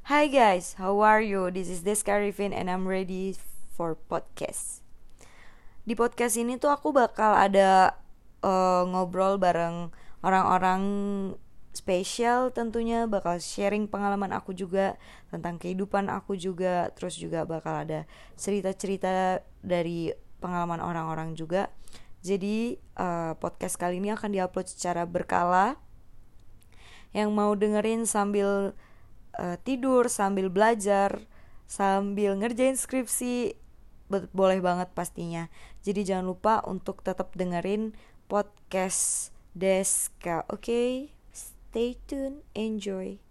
Hi guys, how are you? This is Deska Arifin and I'm ready for podcast. Di podcast ini tuh aku bakal ada ngobrol bareng orang-orang spesial tentunya, bakal sharing pengalaman aku juga tentang kehidupan aku juga, terus juga bakal ada cerita-cerita dari pengalaman orang-orang juga. Jadi podcast kali ini akan diupload secara berkala. Yang mau dengerin sambil tidur, sambil belajar, sambil ngerjain skripsi, boleh banget pastinya. Jadi jangan lupa untuk tetap dengerin podcast Deska. Oke, stay tune, enjoy.